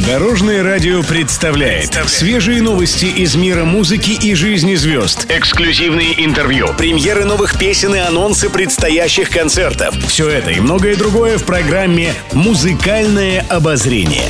Дорожное радио представляет свежие новости из мира музыки и жизни звезд, эксклюзивные интервью, премьеры новых песен и анонсы предстоящих концертов. Все это и многое другое в программе «Музыкальное обозрение».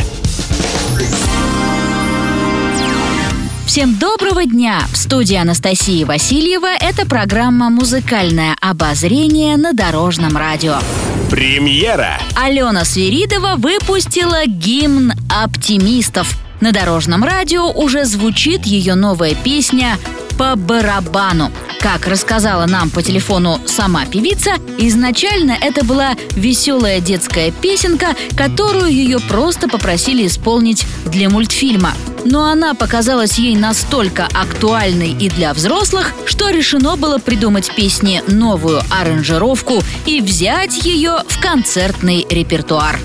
Всем доброго дня! В студии Анастасии Васильева. Это программа «Музыкальное обозрение» на Дорожном радио. Премьера! Алена Свиридова выпустила гимн оптимистов. На Дорожном радио уже звучит ее новая песня «По барабану». Как рассказала нам по телефону сама певица, изначально это была веселая детская песенка, которую ее просто попросили исполнить для мультфильма. Но она показалась ей настолько актуальной и для взрослых, что решено было придумать песне новую аранжировку и взять ее в концертный репертуар.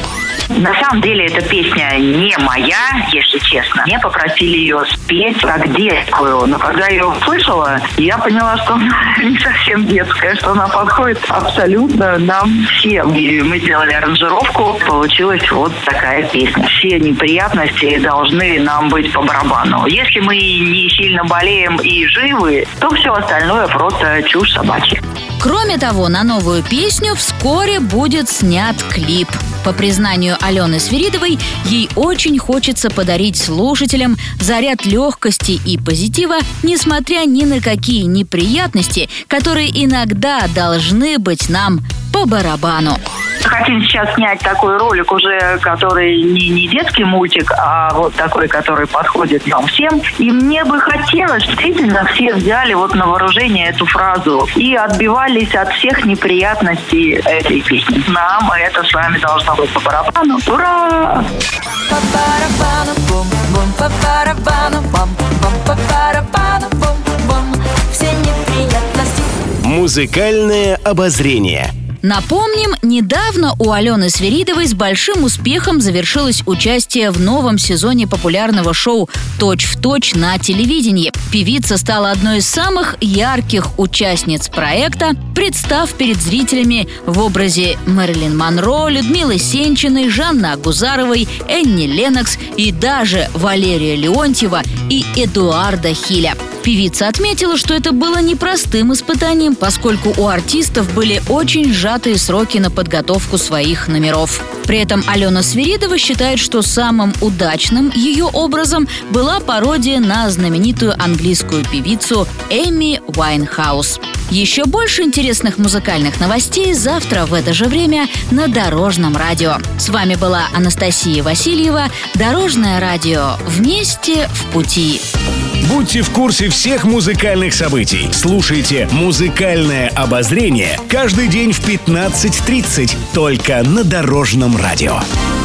На самом деле эта песня не моя, если честно. Мне попросили ее спеть как детскую. Но когда я ее услышала, я поняла, что она не совсем детская, что она подходит абсолютно нам всем. И мы сделали аранжировку, получилась вот такая песня. Все неприятности должны нам быть по барабану. Если мы не сильно болеем и живы, то все остальное просто чушь собачья. Кроме того, на новую песню вскоре будет снят клип. По признанию Алены Свиридовой, ей очень хочется подарить слушателям заряд легкости и позитива, несмотря ни на какие неприятности, которые иногда должны быть нам по барабану. Хотим сейчас снять такой ролик уже, который не детский мультик, а вот такой, который подходит нам всем. И мне бы хотелось, действительно, все взяли вот на вооружение эту фразу и отбивались от всех неприятностей этой песни. Нам это с вами должно быть по барабану. Ура! По барабану, бум-бум, по барабану, бум-бум, по барабану, бум-бум, все неприятности. Музыкальное обозрение. Напомним, недавно у Алены Свиридовой с большим успехом завершилось участие в новом сезоне популярного шоу «Точь в точь» на телевидении. Певица стала одной из самых ярких участниц проекта, представ перед зрителями в образе Мэрилин Монро, Людмилы Сенчиной, Жанны Агузаровой, Энни Леннокс и даже Валерия Леонтьева и Эдуарда Хиля. Певица отметила, что это было непростым испытанием, поскольку у артистов были очень сжатые сроки на подготовку своих номеров. При этом Алена Свиридова считает, что самым удачным ее образом была пародия на знаменитую английскую певицу Эми Уайнхаус. Еще больше интересных музыкальных новостей завтра в это же время на Дорожном радио. С вами была Анастасия Васильева. Дорожное радио. Вместе в пути. Будьте в курсе всех музыкальных событий. Слушайте «Музыкальное обозрение» каждый день в 15:30 только на Дорожном радио.